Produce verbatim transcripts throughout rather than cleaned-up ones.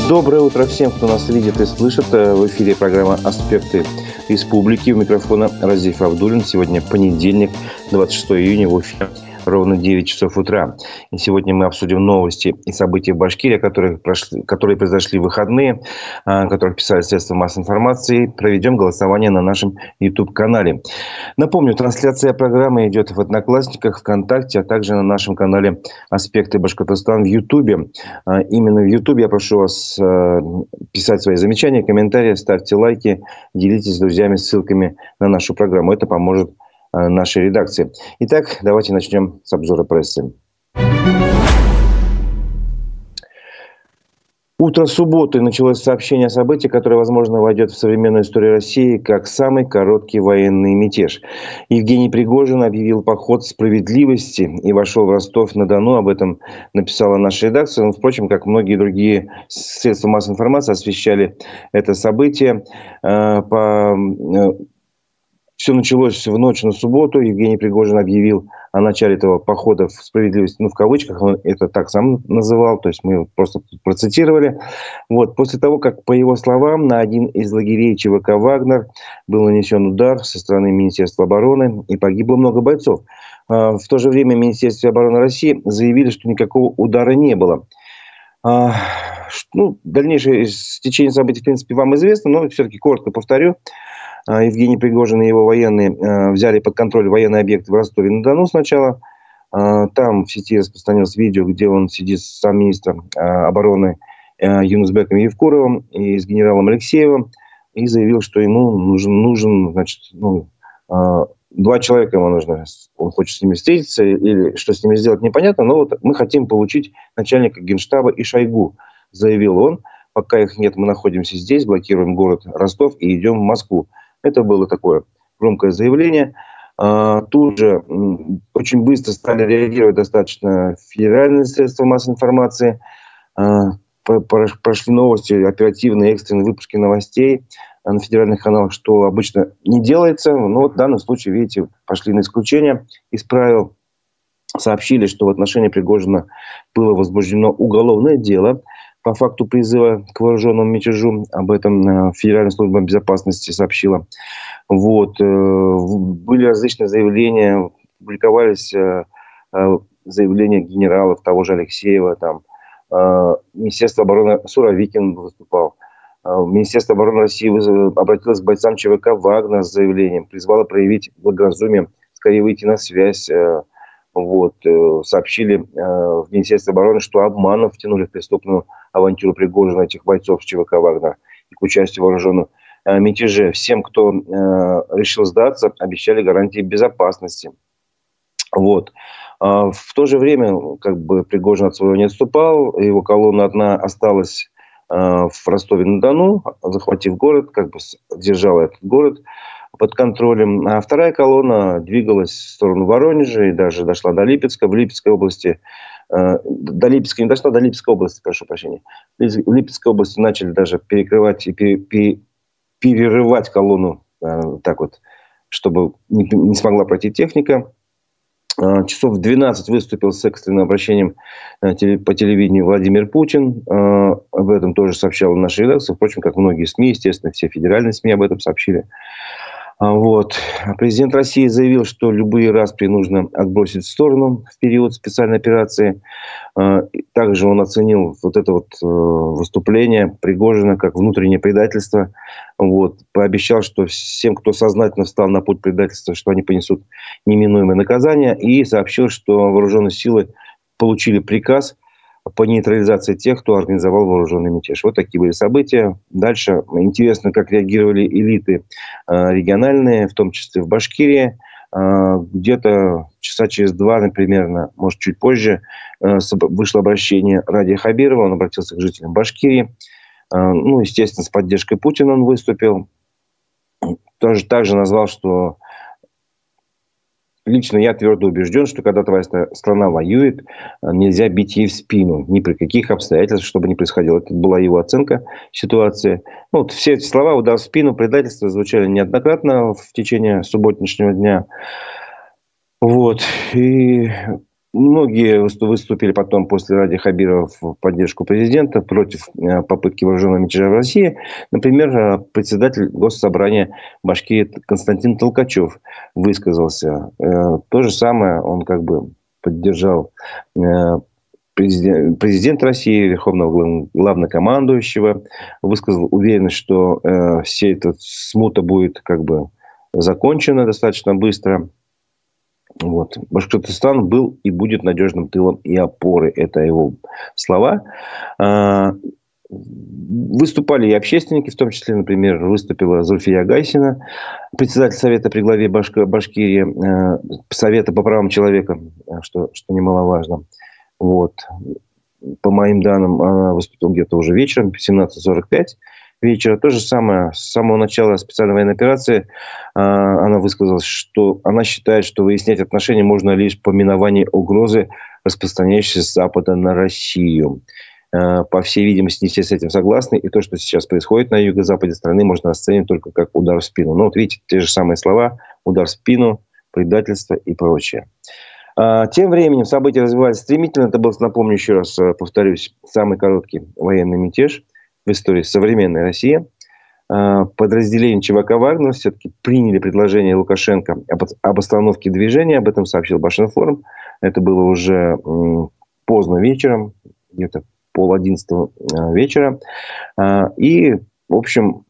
Доброе утро всем, кто нас видит и слышит. В эфире программа «Аспекты республики». У микрофона Разиф Абдуллин. Сегодня понедельник, двадцать шестого июня, в Уфе. Ровно девять часов утра. И сегодня мы обсудим новости и события в Башкирии, которые, прошли, которые произошли в выходные, о которых писали средства массовой информации. Проведем голосование на нашем YouTube-канале. Напомню, трансляция программы идет в Одноклассниках, ВКонтакте, а также на нашем канале «Аспекты Башкортостана» в Ютубе. Именно в Ютубе я прошу вас писать свои замечания, комментарии, ставьте лайки, делитесь с друзьями ссылками на нашу программу. Это поможет нашей редакции. Итак, давайте начнем с обзора прессы. Утро субботы началось сообщение о событии, которое, возможно, войдет в современную историю России как самый короткий военный мятеж. Евгений Пригожин объявил поход справедливости и вошел в Ростов-на-Дону. Об этом написала наша редакция. Но, впрочем, как многие другие средства массовой информации, освещали это событие. По... Все началось в ночь на субботу. Евгений Пригожин объявил о начале этого похода в справедливость, ну, в кавычках, он это так сам называл, то есть мы его просто процитировали. Вот. После того, как, по его словам, на один из лагерей ЧВК «Вагнер» был нанесен удар со стороны Министерства обороны и погибло много бойцов. В то же время Министерство обороны России заявили, что никакого удара не было. Ну, дальнейшее течение событий, в принципе, вам известно, но все-таки коротко повторю. Евгений Пригожин и его военные э, взяли под контроль военный объект в Ростове-на-Дону сначала. Э, там в сети распространилось видео, где он сидит с замминистром э, обороны э, Юнусбеком Евкуровым и с генералом Алексеевым. И заявил, что ему нужен, нужен значит, ну, э, два человека ему нужно. Он хочет с ними встретиться или что с ними сделать, непонятно. Но вот мы хотим получить начальника Генштаба и Шойгу, заявил он. Пока их нет, мы находимся здесь, блокируем город Ростов и идем в Москву. Это было такое громкое заявление. Тут же очень быстро стали реагировать достаточно федеральные средства массовой информации. Прошли новости, оперативные, экстренные выпуски новостей на федеральных каналах, что обычно не делается. Но вот в данном случае, видите, пошли на исключение из правил. Сообщили, что в отношении Пригожина было возбуждено уголовное дело по факту призыва к вооруженному мятежу. Об этом Федеральная служба безопасности сообщила. Вот. Были различные заявления, публиковались заявления генералов, того же Алексеева. Там. Министерство обороны Суровикин выступал. Министерство обороны России обратилось к бойцам ЧВК «Вагнер» с заявлением, призвало проявить благоразумие, скорее выйти на связь. Вот, сообщили в Министерстве обороны, что обманом втянули в преступную авантюру Пригожина этих бойцов с ЧВК «Вагнер» и к участию в вооруженном мятеже. Всем, кто решил сдаться, обещали гарантии безопасности. Вот. В то же время, как бы, Пригожин от своего не отступал. Его колонна одна осталась в Ростове-на-Дону, захватив город, как бы держала этот город под контролем. А вторая колонна двигалась в сторону Воронежа и даже дошла до Липецка. В Липецкой области, э, до Липецка не дошла, до Липецкой области, прошу прощения. В Липецкой области начали даже перекрывать и пере, пере, перерывать колонну э, так вот, чтобы не, не смогла пройти техника. Э, часов в двенадцать выступил с экстренным обращением э, теле, по телевидению Владимир Путин. Э, об этом тоже сообщала наша редакция. Впрочем, как многие СМИ, естественно, все федеральные СМИ об этом сообщили. Вот. Президент России заявил, что любые распри нужно отбросить в сторону в период специальной операции. Также он оценил вот это вот выступление Пригожина как внутреннее предательство. Вот. Пообещал, что всем, кто сознательно встал на путь предательства, что они понесут неминуемое наказание. И сообщил, что вооруженные силы получили приказ по нейтрализации тех, кто организовал вооруженный мятеж. Вот такие были события. Дальше интересно, как реагировали элиты э, региональные, в том числе в Башкирии. Э, где-то часа через два, например, может чуть позже, э, вышло обращение Радия Хабирова. Он обратился к жителям Башкирии. Э, ну, естественно, с поддержкой Путина он выступил. Тоже также назвал, что лично я твердо убежден, что когда твоя страна воюет, нельзя бить ей в спину. Ни при каких обстоятельствах, чтобы не происходило. Это была его оценка ситуации. Ну, вот все эти слова «удар в спину», «предательство» звучали неоднократно в течение субботнего дня. Вот. И Многие выступили потом после Ради Хабирова в поддержку президента против попытки вооруженного мятежа в России. Например, председатель Госсобрания Башкирии Константин Толкачев высказался. То же самое он как бы поддержал президент, президент России, верховного главнокомандующего. Высказал уверенность, что вся эта смута будет как бы закончена достаточно быстро. Вот. Башкортостан был и будет надежным тылом и опорой. Это его слова. Выступали и общественники, в том числе, например, выступила Зульфия Гайсина, председатель Совета при главе Башк... Башкирии, Совета по правам человека, что, что немаловажно. Вот. По моим данным, она выступила где-то уже вечером, в семнадцать сорок пять вечера. То же самое, с самого начала специальной военной операции она высказалась, что она считает, что выяснять отношения можно лишь по минованию угрозы, распространяющейся с Запада на Россию. По всей видимости, не все с этим согласны. И то, что сейчас происходит на юго-западе страны, можно расценить только как удар в спину. Ну, вот видите, те же самые слова: удар в спину, предательство и прочее. Тем временем события развивались стремительно. Это был, напомню еще раз, повторюсь, самый короткий военный мятеж в истории современной России. Подразделения ЧВК «Вагнер» все-таки приняли предложение Лукашенко об, об остановке движения. Об этом сообщил Башинформ. Это было уже поздно вечером, где-то пол одиннадцатого вечера. И, в общем,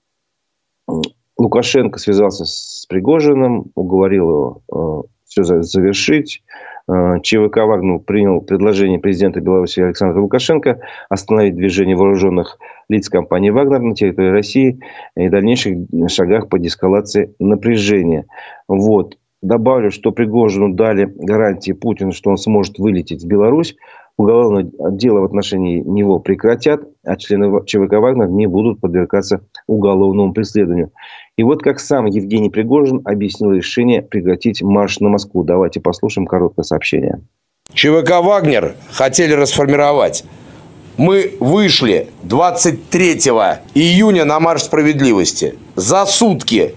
Лукашенко связался с Пригожиным, уговорил его все завершить. ЧВК «Вагнер» принял предложение президента Беларуси Александра Лукашенко остановить движение вооруженных лиц компании «Вагнер» на территории России и дальнейших шагах по деэскалации напряжения. Вот. Добавлю, что Пригожину дали гарантии Путину, что он сможет вылететь в Беларусь. Уголовное дело в отношении него прекратят, а члены ЧВК «Вагнер» не будут подвергаться уголовному преследованию. И вот как сам Евгений Пригожин объяснил решение прекратить марш на Москву. Давайте послушаем короткое сообщение. ЧВК «Вагнер» хотели расформировать. Мы вышли двадцать третьего июня на марш справедливости. За сутки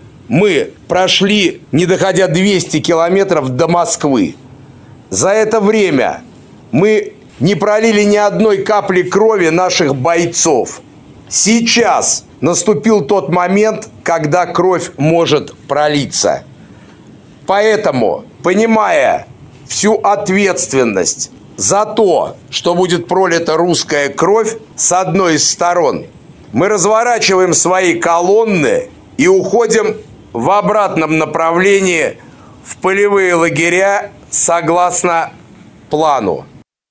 мы прошли, не доходя двести километров до Москвы. За это время мы не пролили ни одной капли крови наших бойцов. Сейчас наступил тот момент, когда кровь может пролиться. Поэтому, понимая всю ответственность за то, что будет пролита русская кровь с одной из сторон, мы разворачиваем свои колонны и уходим в обратном направлении в полевые лагеря согласно плану.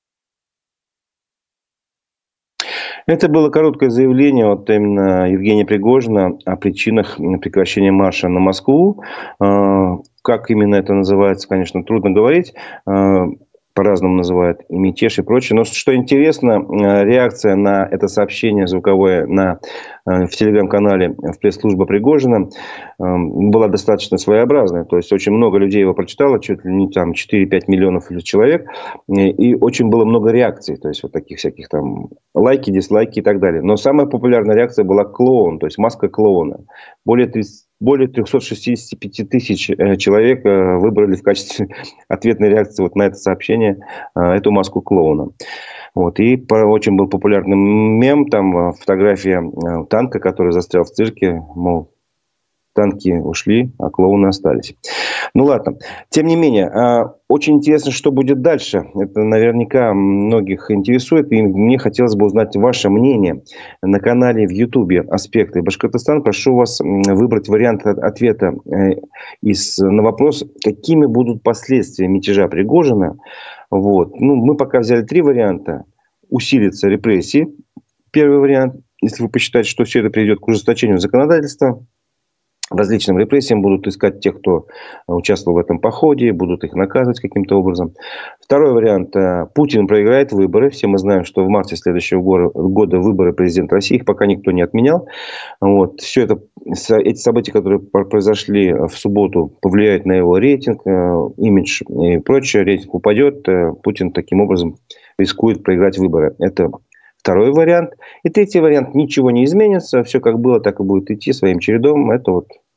Это было короткое заявление вот именно Евгения Пригожина о причинах прекращения марша на Москву. Как именно это называется, конечно, трудно говорить. По-разному называют и мятеж, и прочее. Но что интересно, реакция на это сообщение звуковое на, в телеграм-канале в пресс-службе Пригожина была достаточно своеобразная. То есть, очень много людей его прочитало, чуть ли не там четыре-пять миллионов человек. И очень было много реакций. То есть, вот таких всяких там лайки, дизлайки и так далее. Но самая популярная реакция была клоун, то есть маска клоуна. Более тридцати Более трехсот шестидесяти пяти тысяч человек выбрали в качестве ответной реакции вот на это сообщение эту маску клоуна. Вот. И очень был популярный мем, там фотография танка, который застрял в цирке, мол, танки ушли, а клоуны остались. Ну ладно. Тем не менее, очень интересно, что будет дальше. Это наверняка многих интересует. И мне хотелось бы узнать ваше мнение на канале в Ютубе «Аспекты Башкортостана». Прошу вас выбрать вариант ответа из, на вопрос, какими будут последствия мятежа Пригожина. Вот. Ну, мы пока взяли три варианта. Усилится репрессии. Первый вариант. Если вы посчитаете, что все это приведет к ужесточению законодательства, различным репрессиям, будут искать тех, кто участвовал в этом походе, будут их наказывать каким-то образом. Второй вариант. Путин проиграет выборы. Все мы знаем, что в марте следующего года выборы президента России. Их пока никто не отменял. Вот. Все это, эти события, которые произошли в субботу, повлияют на его рейтинг, имидж и прочее. Рейтинг упадет. Путин таким образом рискует проиграть выборы. Это второй вариант. И третий вариант. Ничего не изменится. Все как было, так и будет идти своим чередом. Это вот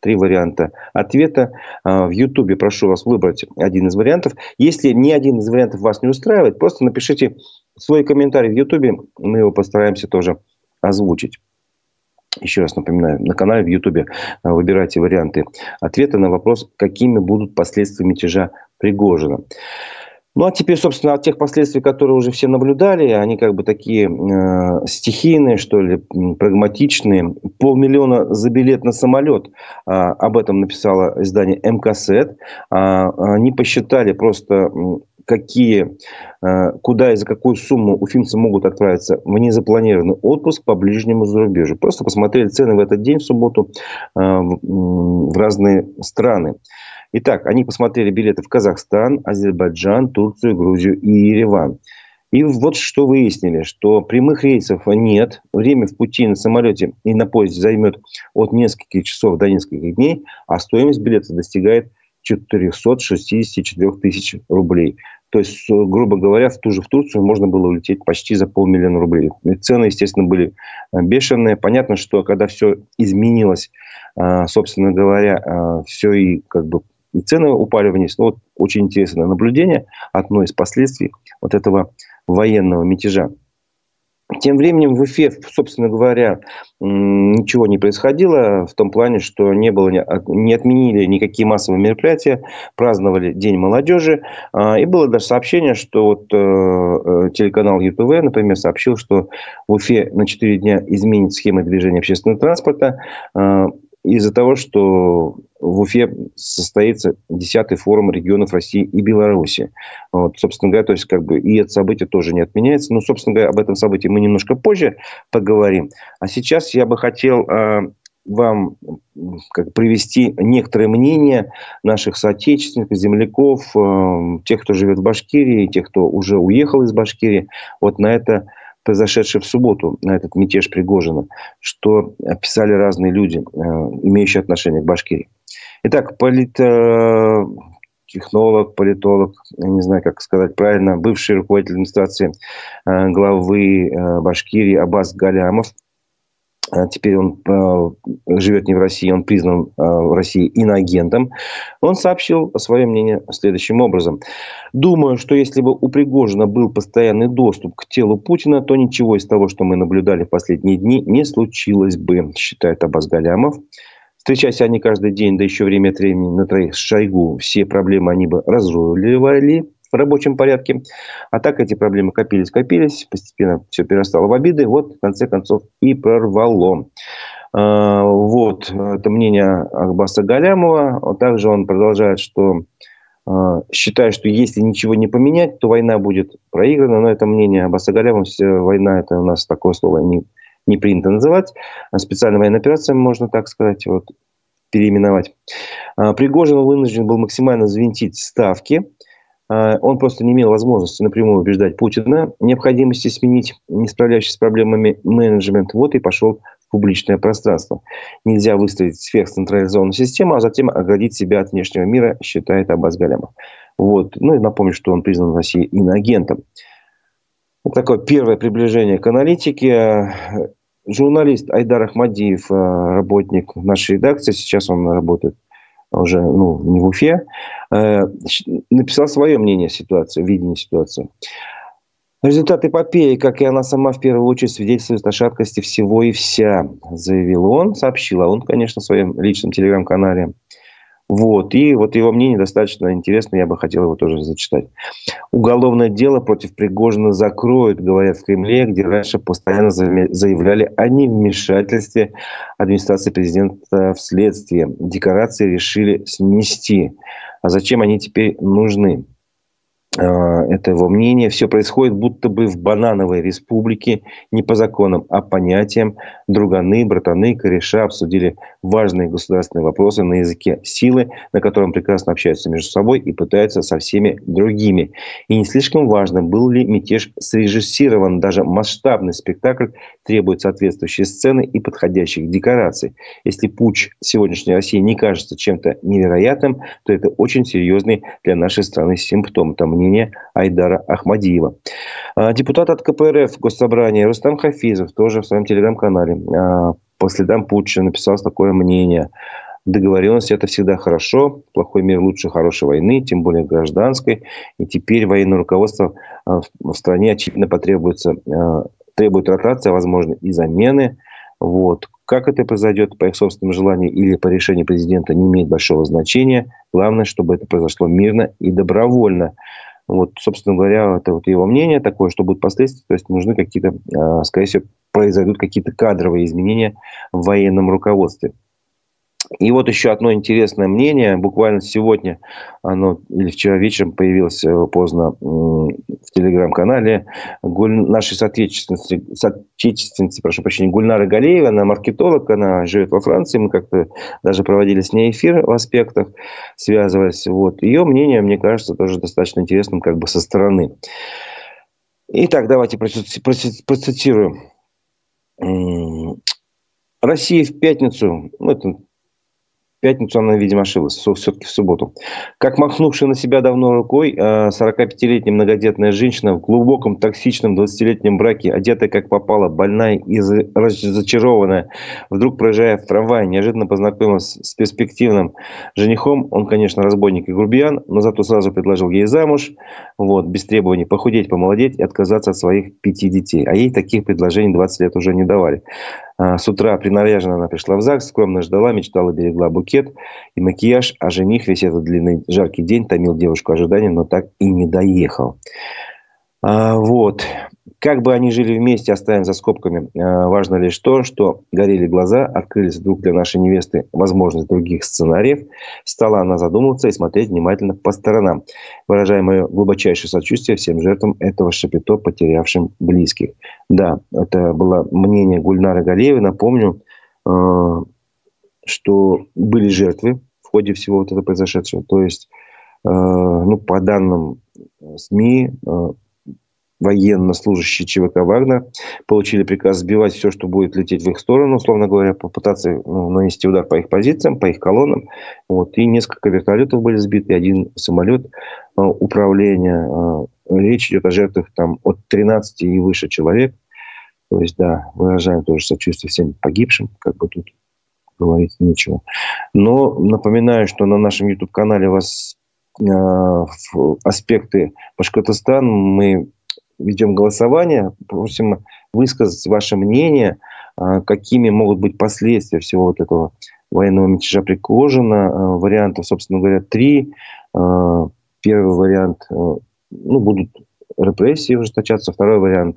три варианта ответа. В Ютубе прошу вас выбрать один из вариантов. Если ни один из вариантов вас не устраивает, просто напишите свой комментарий в Ютубе. Мы его постараемся тоже озвучить. Еще раз напоминаю, на канале в Ютубе выбирайте варианты ответа на вопрос, какими будут последствия мятежа Пригожина. Ну, а теперь, собственно, от тех последствий, которые уже все наблюдали, они как бы такие э, стихийные, что ли, прагматичные. Полмиллиона за билет на самолет. А, об этом написало издание МКСЭД. А, они посчитали просто, какие, э, куда и за какую сумму уфимцы могут отправиться в незапланированный отпуск по ближнему зарубежью. Просто посмотрели цены в этот день, в субботу, э, в разные страны. Итак, они посмотрели билеты в Казахстан, Азербайджан, Турцию, Грузию и Ереван. И вот что выяснили, что прямых рейсов нет. Время в пути на самолете и на поезде займет от нескольких часов до нескольких дней, а стоимость билета достигает четыреста шестьдесят четыре тысячи рублей. То есть, грубо говоря, в ту же в Турцию можно было улететь почти за полмиллиона рублей. И цены, естественно, были бешеные. Понятно, что когда все изменилось, собственно говоря, все и как бы и цены упали вниз. Но вот очень интересное наблюдение. Одно из последствий вот этого военного мятежа. Тем временем в Уфе, собственно говоря, ничего не происходило. В том плане, что не, было, не отменили никакие массовые мероприятия. Праздновали День молодежи. И было даже сообщение, что вот телеканал ЮТВ, например, сообщил, что в Уфе на четыре дня изменит схема движения общественного транспорта. Из-за того, что в Уфе состоится десятый форум регионов России и Беларуси. Вот, собственно говоря, то есть, как бы, и это событие тоже не отменяется. Но, собственно говоря, об этом событии мы немножко позже поговорим. А сейчас я бы хотел э, вам как, привести некоторые мнения наших соотечественников, земляков, э, тех, кто живет в Башкирии, тех, кто уже уехал из Башкирии, вот на это произошедшее в субботу, на этот мятеж Пригожина, что описали разные люди, имеющие отношение к Башкирии. Итак, политтехнолог, политолог, я не знаю, как сказать правильно, бывший руководитель администрации главы Башкирии Аббас Галямов. Теперь он живет не в России, он признан в России иноагентом. Он сообщил свое мнение следующим образом. Думаю, что если бы у Пригожина был постоянный доступ к телу Путина, то ничего из того, что мы наблюдали в последние дни, не случилось бы, считает Аббас Галямов. Встречаясь они каждый день, да еще время от времени на троих с Шойгу, все проблемы они бы разруливали в рабочем порядке. А так эти проблемы копились-копились, постепенно все перерастало в обиды, вот в конце концов и прорвало. А, вот это мнение Аббаса Галямова. Также он продолжает, что а, считает, что если ничего не поменять, то война будет проиграна. Но это мнение Аббаса Галямова. Война — это у нас такое слово не, не принято называть. Специальная военная операция, можно так сказать, вот, переименовать. А, Пригожин вынужден был максимально взвинтить ставки. Он просто не имел возможности напрямую убеждать Путина в необходимости сменить не справляющийся с проблемами менеджмент. Вот и пошел в публичное пространство. Нельзя выстроить сверхцентрализованную систему, а затем оградить себя от внешнего мира, считает Аббас Галямов. Вот. Ну и напомню, что он признан в России иноагентом. Вот такое первое приближение к аналитике. Журналист Айдар Ахмадиев, работник нашей редакции, сейчас он работает уже ну, не в Уфе, э, написал свое мнение о ситуации, видение ситуации. Результат эпопеи, как и она сама, в первую очередь свидетельствует о шаткости всего и вся, заявил он, сообщил, а он, конечно, в своем личном телеграм-канале. Вот. И вот его мнение достаточно интересно, я бы хотел его тоже зачитать. Уголовное дело против Пригожина закроют, говорят в Кремле, где раньше постоянно заявляли о невмешательстве администрации президента в следствие. Декорации решили снести. А зачем они теперь нужны? Это его мнение. Все происходит будто бы в банановой республике, не по законам, а понятиям. Друганы, братаны, кореша обсудили важные государственные вопросы на языке силы, на котором прекрасно общаются между собой и пытаются со всеми другими. И не слишком важно, был ли мятеж срежиссирован. Даже масштабный спектакль требует соответствующей сцены и подходящих декораций. Если путч сегодняшней России не кажется чем-то невероятным, то это очень серьезный для нашей страны симптом. Там мнение Айдара Ахмадиева. Депутат от ка пэ эр эф Госсобрания Рустам Хафизов тоже в своем телеграм-канале по следам путча написал такое мнение. Договоренность – это всегда хорошо. Плохой мир лучше хорошей войны, тем более гражданской. И теперь военное руководство в стране, очевидно, потребуется, требует ротации, а возможно и замены. Вот. Как это произойдет по их собственному желанию или по решению президента, не имеет большого значения. Главное, чтобы это произошло мирно и добровольно. Вот, собственно говоря, это вот его мнение такое, что будут последствия. То есть нужны какие-то, скорее всего, произойдут какие-то кадровые изменения в военном руководстве. И вот еще одно интересное мнение. Буквально сегодня, оно, или вчера вечером появилось поздно в телеграм-канале нашей соотечественницы, соотечественницы, прошу прощения, Гульнары Галеевой. Она маркетолог, она живет во Франции. Мы как-то даже проводили с ней эфир в аспектах, связываясь. Вот. Ее мнение, мне кажется, тоже достаточно интересным как бы со стороны. Итак, давайте процитирую. Россия в пятницу, ну, это в пятницу она, видимо, ошиблась, все-таки в субботу. Как махнувшая на себя давно рукой, сорокапятилетняя многодетная женщина в глубоком токсичном двадцатилетнем браке, одетая как попало, больная и разочарованная, вдруг, проезжая в трамвае, неожиданно познакомилась с перспективным женихом. Он, конечно, разбойник и грубиян, но зато сразу предложил ей замуж, вот, без требований похудеть, помолодеть и отказаться от своих пяти детей. А ей таких предложений двадцать лет уже не давали. С утра принаряжена она пришла в ЗАГС, скромно ждала, мечтала, берегла букет и макияж, а жених весь этот длинный жаркий день томил девушку ожидания, но так и не доехал. А, вот. Как бы они жили вместе, оставим за скобками. А, важно лишь то, что горели глаза, открылись вдруг для нашей невесты возможность других сценариев. Стала она задумываться и смотреть внимательно по сторонам. Выражая мое глубочайшее сочувствие всем жертвам этого шапито, потерявшим близких. Да, это было мнение Гульнары Галеевой. Напомню, э, что были жертвы в ходе всего вот этого произошедшего. То есть, э, ну, по данным СМИ, э, военнослужащие ЧВК «Вагнер» получили приказ сбивать все, что будет лететь в их сторону, условно говоря, попытаться ну, нанести удар по их позициям, по их колоннам. Вот. И несколько вертолетов были сбиты, один самолет э, управления. Э, речь идет о жертвах там, от тринадцати и выше человек. То есть, да, выражаем тоже сочувствие всем погибшим, как бы тут говорить нечего. Но напоминаю, что на нашем YouTube-канале у вас э, аспекты Башкортостана. Мы ведем голосование, просим высказать ваше мнение, какими могут быть последствия всего вот этого военного мятежа Пригожина. Вариантов, собственно говоря, три. Первый вариант, ну, будут репрессии ужесточаться. Второй вариант,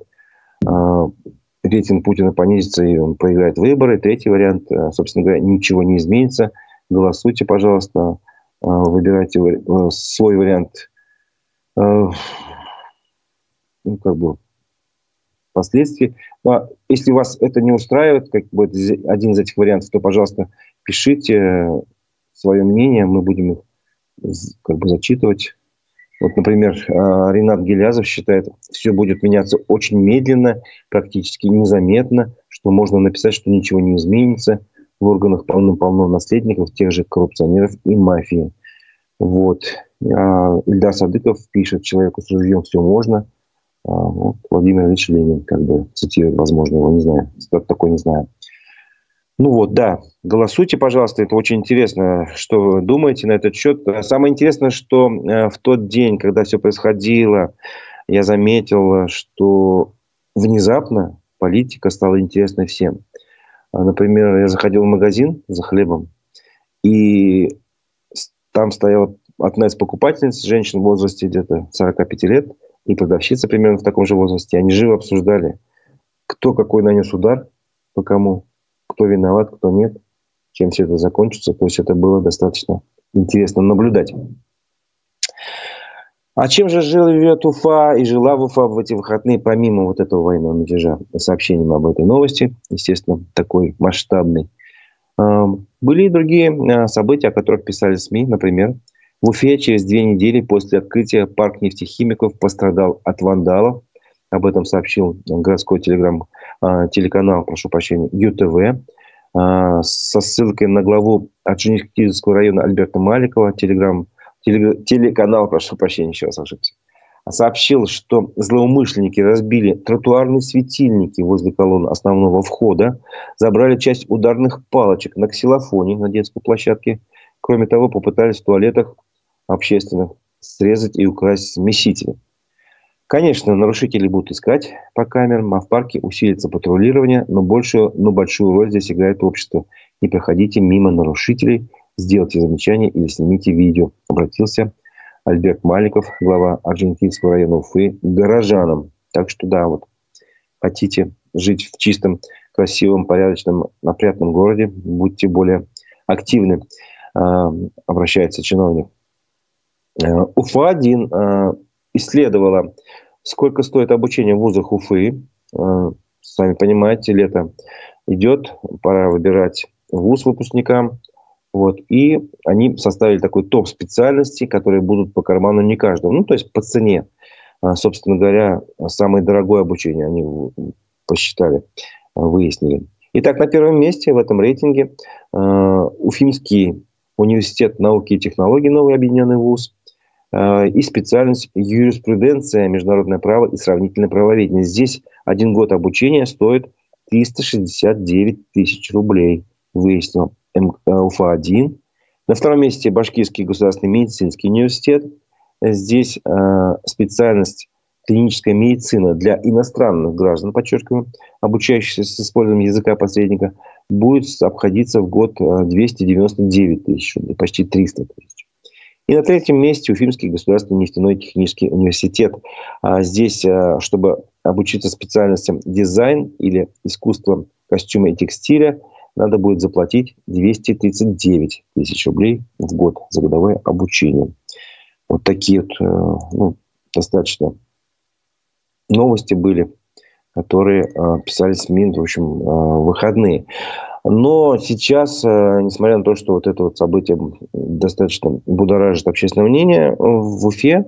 рейтинг Путина понизится, и он проиграет выборы. Третий вариант, собственно говоря, ничего не изменится. Голосуйте, пожалуйста, выбирайте свой вариант. Ну, как бы, последствий. А если вас это не устраивает, как бы один из этих вариантов, то, пожалуйста, пишите свое мнение, мы будем их как бы зачитывать. Вот, например, Ренат Гилязов считает, все будет меняться очень медленно, практически незаметно, что можно написать, что ничего не изменится. В органах полно-полно наследников, тех же коррупционеров и мафии. Вот. А Ильдар Садыков пишет, человеку с ружьем все можно. Вот, Владимир Ильич Ленин, как бы цитирует, возможно, его, не знаю, кто такой, не знаю. Ну вот, да, голосуйте, пожалуйста, это очень интересно, что вы думаете на этот счет. Самое интересное, что в тот день, когда все происходило, я заметил, что внезапно политика стала интересной всем. Например, я заходил в магазин за хлебом, и там стояла одна из покупательниц, женщина в возрасте где-то сорока пяти лет, и продавщица примерно в таком же возрасте. Они живо обсуждали, кто какой нанес удар, по кому, кто виноват, кто нет, чем все это закончится. То есть это было достаточно интересно наблюдать. А чем же живет Уфа и жила в Уфа в эти выходные, помимо вот этого военного мятежа? Сообщением об этой новости, естественно, такой масштабной. Были и другие события, о которых писали СМИ. Например, в Уфе через две недели после открытия парк нефтехимиков пострадал от вандалов. Об этом сообщил городской телеграм, телеканал, прошу прощения, ЮТВ. Со ссылкой на главу Орджоникидзевского района Альберта Маликова. Телеграм, теле, телеканал, прошу прощения, еще раз ошибся. сообщил, что злоумышленники разбили тротуарные светильники возле колонн основного входа, забрали часть ударных палочек на ксилофоне на детской площадке. Кроме того, попытались в туалетах общественных срезать и украсть смесители. Конечно, нарушители будут искать по камерам, а в парке усилится патрулирование, но, большую, но большую роль здесь играет общество. Не проходите мимо нарушителей, сделайте замечание или снимите видео. Обратился Альберт Маликов, глава Орджоникидзевского района Уфы, к горожанам. Так что да, вот хотите жить в чистом, красивом, порядочном, опрятном городе, будьте более активны, обращается чиновник. Уфа-один исследовала, сколько стоит обучение в вузах Уфы. Сами понимаете, лето идет, пора выбирать вуз выпускникам. Вот, и они составили такой топ специальностей, которые будут по карману не каждому. Ну, то есть по цене. Собственно говоря, самое дорогое обучение они посчитали, выяснили. Итак, на первом месте в этом рейтинге Уфимский университет науки и технологий, новый объединенный вуз, и специальность юриспруденция, международное право и сравнительное правоведение. Здесь один год обучения стоит триста шестьдесят девять тысяч рублей, выяснил Уфа-один. На втором месте Башкирский государственный медицинский университет. Здесь специальность клиническая медицина для иностранных граждан, подчеркиваю, обучающихся с использованием языка посредника, будет обходиться в год двести девяносто девять тысяч, почти триста тысяч. И на третьем месте Уфимский государственный нефтяной технический университет. Здесь, чтобы обучиться специальностям дизайн или искусство костюма и текстиля, надо будет заплатить двести тридцать девять тысяч рублей в год за годовое обучение. Вот такие вот, ну, достаточно новости были, которые писали СМИ, в общем, в выходные. Но сейчас, несмотря на то, что вот это вот событие достаточно будоражит общественное мнение, в Уфе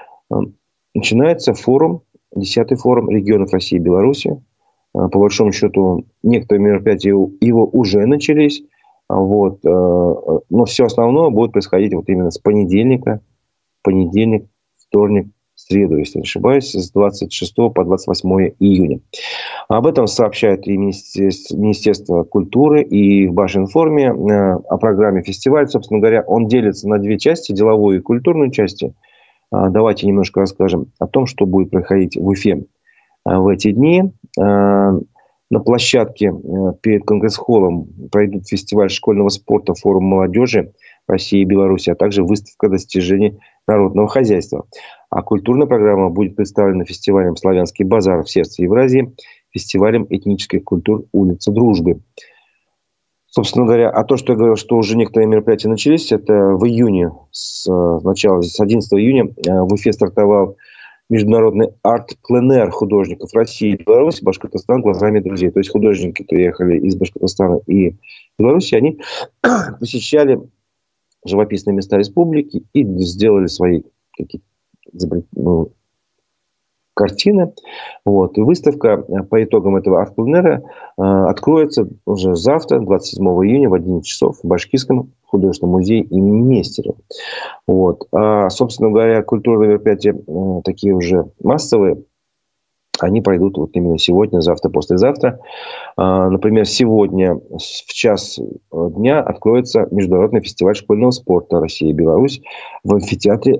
начинается форум, десятый форум регионов России и Беларуси. По большому счету, некоторые мероприятия его уже начались. Вот. Но все основное будет происходить вот именно с понедельника, понедельник, вторник, среду, если не ошибаюсь, с двадцать шестого по двадцать восьмое июня. Об этом сообщает и Министерство культуры, и в Башинформе о программе фестиваля. Собственно говоря, он делится на две части, деловую и культурную части. Давайте немножко расскажем о том, что будет происходить в Уфе в эти дни. На площадке перед Конгресс-холлом пройдут фестиваль школьного спорта, форум молодежи России и Беларуси, а также выставка достижений народного хозяйства. А культурная программа будет представлена фестивалем «Славянский базар» в сердце Евразии, фестивалем этнических культур «Улица Дружбы». Собственно говоря, а то, что я говорил, что уже некоторые мероприятия начались, это в июне, с начала, с одиннадцатого июня в Уфе стартовал международный арт-пленэр художников России и Беларуси, Башкортостан глазами друзей. То есть художники, которые ехали из Башкортостана и Беларуси, они посещали живописные места республики и сделали свои какие-то ну, картины. Вот. И выставка по итогам этого арт-пленэра э, откроется уже завтра, двадцать седьмого июня в одиннадцать часов в Башкирском художественном музее имени Нестерова. Вот. А, собственно говоря, культурные мероприятия э, такие уже массовые, они пройдут вот именно сегодня, завтра, послезавтра. А, например, сегодня в час дня откроется Международный фестиваль школьного спорта России и Беларусь в амфитеатре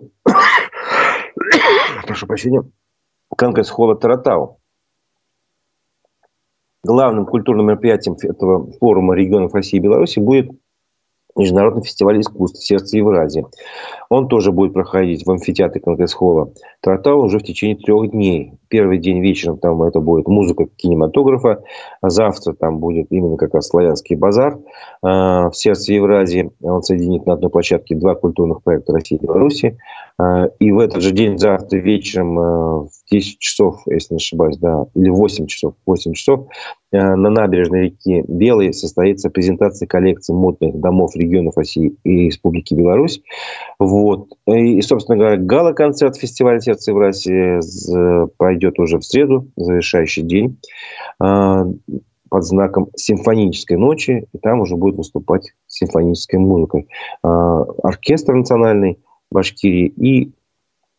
прошу прощения, Конгресс-холла Таратау. Главным культурным мероприятием этого форума регионов России и Беларуси будет Международный фестиваль искусств «Сердце Евразии». Он тоже будет проходить в амфитеатре Конгресс-холла Таратау уже в течение трех дней. Первый день вечером там это будет музыка кинематографа. А завтра там будет именно как раз «Славянский базар» в «Сердце Евразии». Он соединит на одной площадке два культурных проекта России и Беларуси. И в этот же день, завтра вечером в десять часов, если не ошибаюсь, да, или в восемь часов, восемь часов, на набережной реки Белой состоится презентация коллекции модных домов регионов России и Республики Беларусь. Вот. И, собственно говоря, гала-концерт фестиваля «Сердце Евразии» пройдет уже в среду, завершающий день, под знаком симфонической ночи. И там уже будет выступать симфонической музыкой оркестр национальный Башкирии и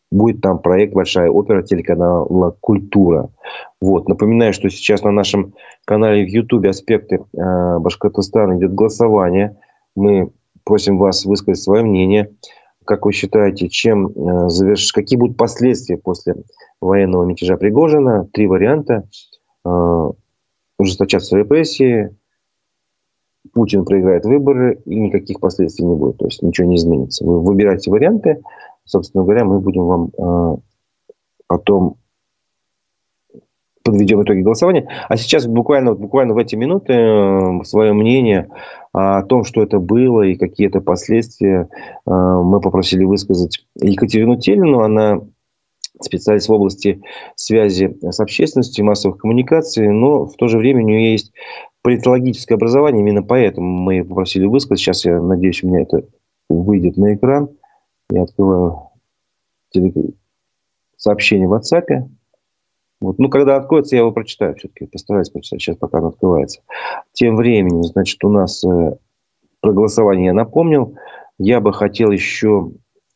будет там проект «Большая опера» телеканала «Культура». Вот. Напоминаю, что сейчас на нашем канале в Ютубе «Аспекты э, Башкортостана» идет голосование. Мы просим вас высказать свое мнение. Как вы считаете, чем э, заверш... какие будут последствия после военного мятежа Пригожина? Три варианта. Э, ужесточатся репрессии, Путин проиграет выборы, и никаких последствий не будет. То есть ничего не изменится. Вы выбирайте варианты. Собственно говоря, мы будем вам э, потом подведем итоги голосования. А сейчас буквально, буквально в эти минуты э, свое мнение о том, что это было и какие это последствия, э, мы попросили высказать Екатерину Телину. Она специалист в области связи с общественностью, массовых коммуникаций, но в то же время у нее есть политологическое образование. Именно поэтому мы ее попросили высказать. Сейчас, я надеюсь, у меня это выйдет на экран. Я открываю сообщение в WhatsApp. Вот. Ну, когда откроется, я его прочитаю все-таки. Постараюсь прочитать сейчас, пока оно открывается. Тем временем, значит, у нас э, про голосование я напомнил. Я бы хотел еще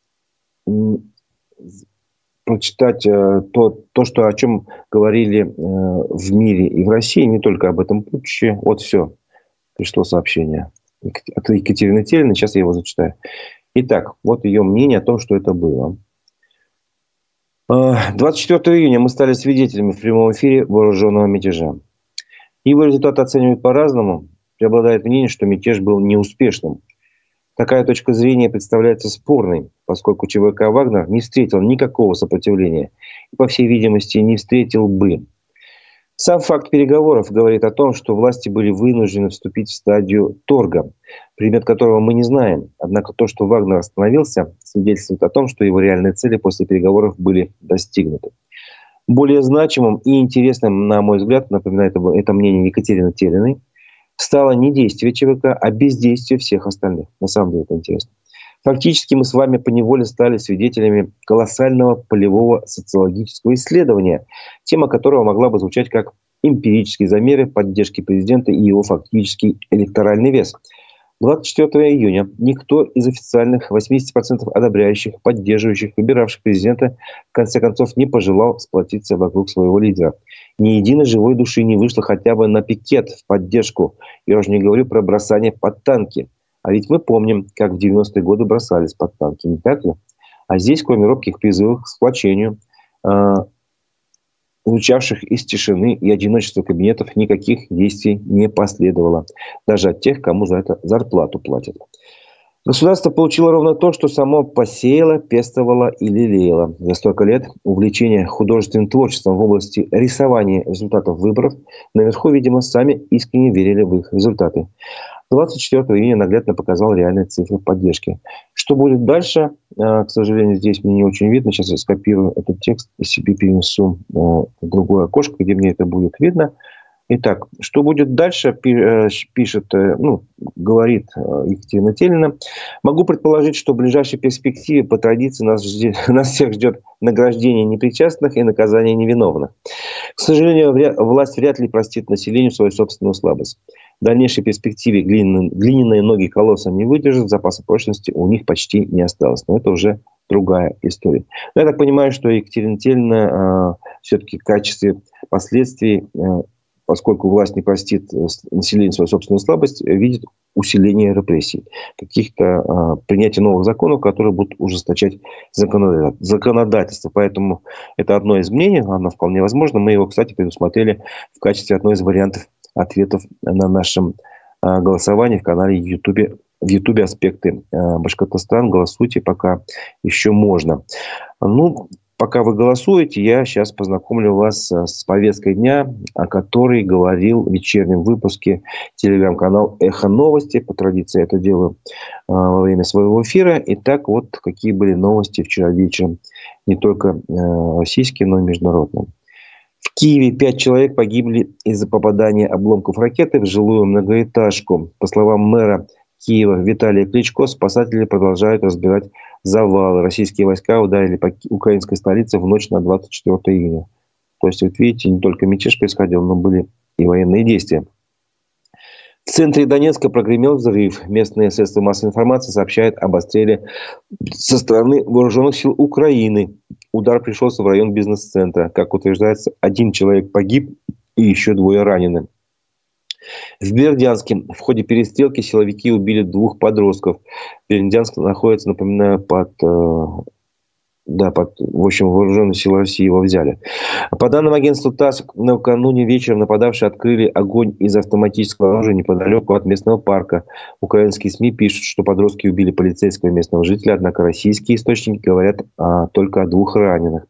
прочитать э, то, то, что, о чем говорили э, в мире и в России, не только об этом путче. Вот все. Пришло сообщение от Екатерины Телиной. Сейчас я его зачитаю. Итак, вот ее мнение о том, что это было. двадцать четвёртого июня мы стали свидетелями в прямом эфире вооруженного мятежа. Его результаты оценивают по-разному. Преобладает мнение, что мятеж был неуспешным. Такая точка зрения представляется спорной, поскольку ЧВК «Вагнер» не встретил никакого сопротивления и, по всей видимости, не встретил бы. Сам факт переговоров говорит о том, что власти были вынуждены вступить в стадию торга, предмет которого мы не знаем. Однако то, что Вагнер остановился, свидетельствует о том, что его реальные цели после переговоров были достигнуты. Более значимым и интересным, на мой взгляд, напоминает это мнение Екатерины Телиной, стало не действие ЧВК, а бездействие всех остальных. На самом деле это интересно. Фактически мы с вами поневоле стали свидетелями колоссального полевого социологического исследования, тема которого могла бы звучать как эмпирические замеры поддержки президента и его фактический электоральный вес. двадцать четвёртого июня никто из официальных восемьдесят процентов одобряющих, поддерживающих, выбиравших президента в конце концов не пожелал сплотиться вокруг своего лидера. Ни единой живой души не вышло хотя бы на пикет в поддержку. Я уже не говорю про бросание под танки. А ведь мы помним, как в девяностые годы бросались под танки, не так ли? А здесь, кроме робких призывов к сплочению, э, звучавших из тишины и одиночества кабинетов, никаких действий не последовало. Даже от тех, кому за это зарплату платят. Государство получило ровно то, что само посеяло, пестовало и лелеяло. За столько лет увлечения художественным творчеством в области рисования результатов выборов наверху, видимо, сами искренне верили в их результаты. двадцать четвёртого июня наглядно показал реальные цифры поддержки. Что будет дальше, к сожалению, здесь мне не очень видно. Сейчас я скопирую этот текст и себе перенесу в другое окошко, где мне это будет видно. Итак, что будет дальше, пишет, ну, говорит Екатерина Телина. Могу предположить, что в ближайшей перспективе по традиции нас, ждет, нас всех ждет награждение непричастных и наказание невиновных. К сожалению, власть вряд ли простит населению свою собственную слабость. В дальнейшей перспективе глиняные, глиняные ноги колоссам не выдержат, запаса прочности у них почти не осталось. Но это уже другая история. Но я так понимаю, что Екатерина Телина э, все-таки в качестве последствий, э, поскольку власть не простит населению свою собственную слабость, видит усиление репрессий. Каких-то э, принятия новых законов, которые будут ужесточать законодательство. Поэтому это одно из мнений, оно вполне возможно. Мы его, кстати, предусмотрели в качестве одной из вариантов ответов на нашем э, голосовании в канале YouTube, в Ютубе «Аспекты э, Башкортостана». Голосуйте, пока еще можно. Ну, пока вы голосуете, я сейчас познакомлю вас с повесткой дня, о которой говорил в вечернем выпуске телеграм-канал «Эхо Новости». По традиции я это делаю э, во время своего эфира. Итак, вот какие были новости вчера вечером. Не только э, российские, но и международные. В Киеве пять человек погибли из-за попадания обломков ракеты в жилую многоэтажку. По словам мэра Киева Виталия Кличко, спасатели продолжают разбирать завалы. Российские войска ударили по украинской столице в ночь на двадцать четвёртого июня. То есть, вот видите, не только мятеж происходил, но были и военные действия. В В центре Донецка прогремел взрыв. Местные средства массовой информации сообщают об обстреле со стороны вооруженных сил Украины. Удар пришелся в район бизнес-центра. Как утверждается, один человек погиб и еще двое ранены. В Бердянске в ходе перестрелки силовики убили двух подростков. Бердянск находится, напоминаю, под... Да, под, в общем, вооруженные силы России его взяли. По данным агентства ТАСС, накануне вечером нападавшие открыли огонь из автоматического оружия неподалеку от местного парка. Украинские СМИ пишут, что подростки убили полицейского местного жителя, однако российские источники говорят а, только о двух раненых.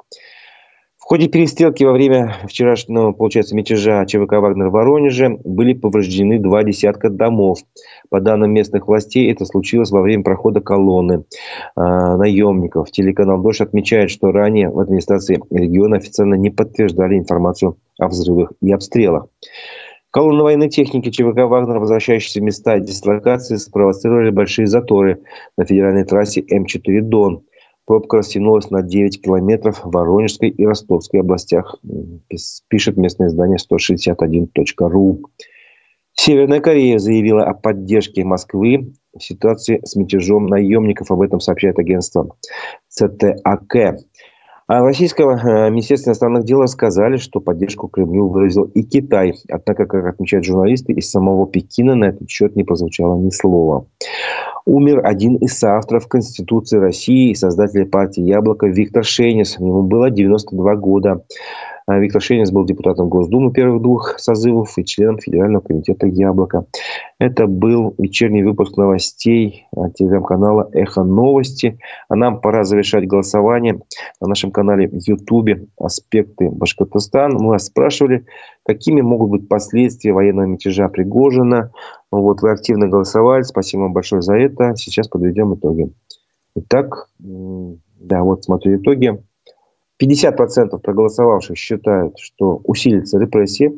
В ходе перестрелки во время вчерашнего, получается, мятежа ЧВК «Вагнер» в Воронеже были повреждены два десятка домов. По данным местных властей, это случилось во время прохода колонны э, наемников. Телеканал «Дождь» отмечает, что ранее в администрации региона официально не подтверждали информацию о взрывах и обстрелах. Колонны военной техники ЧВК «Вагнер», возвращающиеся в места дислокации, спровоцировали большие заторы на федеральной трассе М четыре «Дон». Пробка растянулась на девять километров в Воронежской и Ростовской областях, пишет местное издание сто шестьдесят один точка ру. Северная Корея заявила о поддержке Москвы в ситуации с мятежом наемников. Об этом сообщает агентство Цэ Тэ А Ка. А российского Министерства иностранных дел сказали, что поддержку Кремлю выразил и Китай. Однако, как отмечают журналисты, из самого Пекина на этот счет не прозвучало ни слова. Умер один из соавторов Конституции России и создателя партии «Яблоко» Виктор Шейнис. Ему было девяносто два года. Виктор Шейнис был депутатом Госдумы первых двух созывов и членом Федерального комитета «Яблоко». Это был вечерний выпуск новостей телеграм-канала «Эхо Новости». А нам пора завершать голосование на нашем канале в Ютубе «Аспекты Башкортостана». Мы вас спрашивали, какими могут быть последствия военного мятежа Пригожина. Вот, вы активно голосовали. Спасибо вам большое за это. Сейчас подведем итоги. Итак, да, вот смотрю итоги. пятьдесят процентов проголосовавших считают, что усилится репрессии.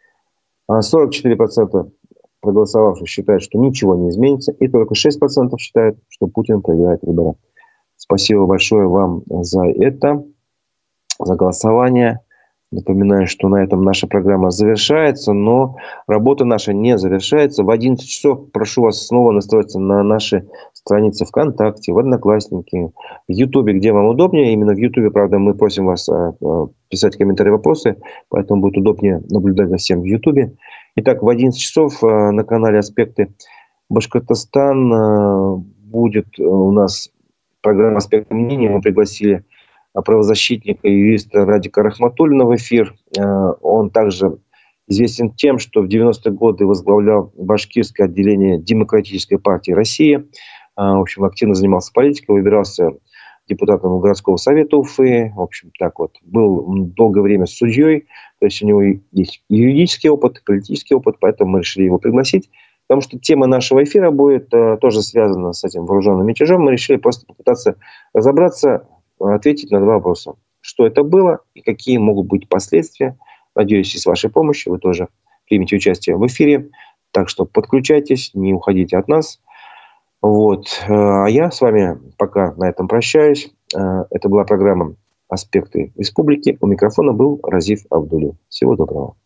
сорок четыре процента проголосовавших считают, что ничего не изменится. И только шесть процентов считают, что Путин проиграет выборы. Спасибо большое вам за это, за голосование. Напоминаю, что на этом наша программа завершается, но работа наша не завершается. В одиннадцать часов прошу вас снова настроиться на наши страницы ВКонтакте, в Одноклассники, в Ютубе, где вам удобнее. Именно в Ютубе, правда, мы просим вас писать комментарии, вопросы, поэтому будет удобнее наблюдать за всем в Ютубе. Итак, в одиннадцать часов на канале «Аспекты Башкортостан» будет у нас программа «Аспекты мнения». Мы пригласили правозащитника и юриста Радика Рахматуллина в эфир. Он также известен тем, что в девяностые годы возглавлял башкирское отделение Демократической партии России. В общем, активно занимался политикой, выбирался депутатом городского совета Уфы. В общем, так вот, был долгое время судьей. То есть у него есть юридический опыт, политический опыт, поэтому мы решили его пригласить. Потому что тема нашего эфира будет тоже связана с этим вооруженным мятежом. Мы решили просто попытаться разобраться, ответить на два вопроса. Что это было и какие могут быть последствия. Надеюсь, и с вашей помощью вы тоже примете участие в эфире. Так что подключайтесь, не уходите от нас. Вот. А я с вами пока на этом прощаюсь. Это была программа «Аспекты республики». У микрофона был Разиф Абдуллин. Всего доброго.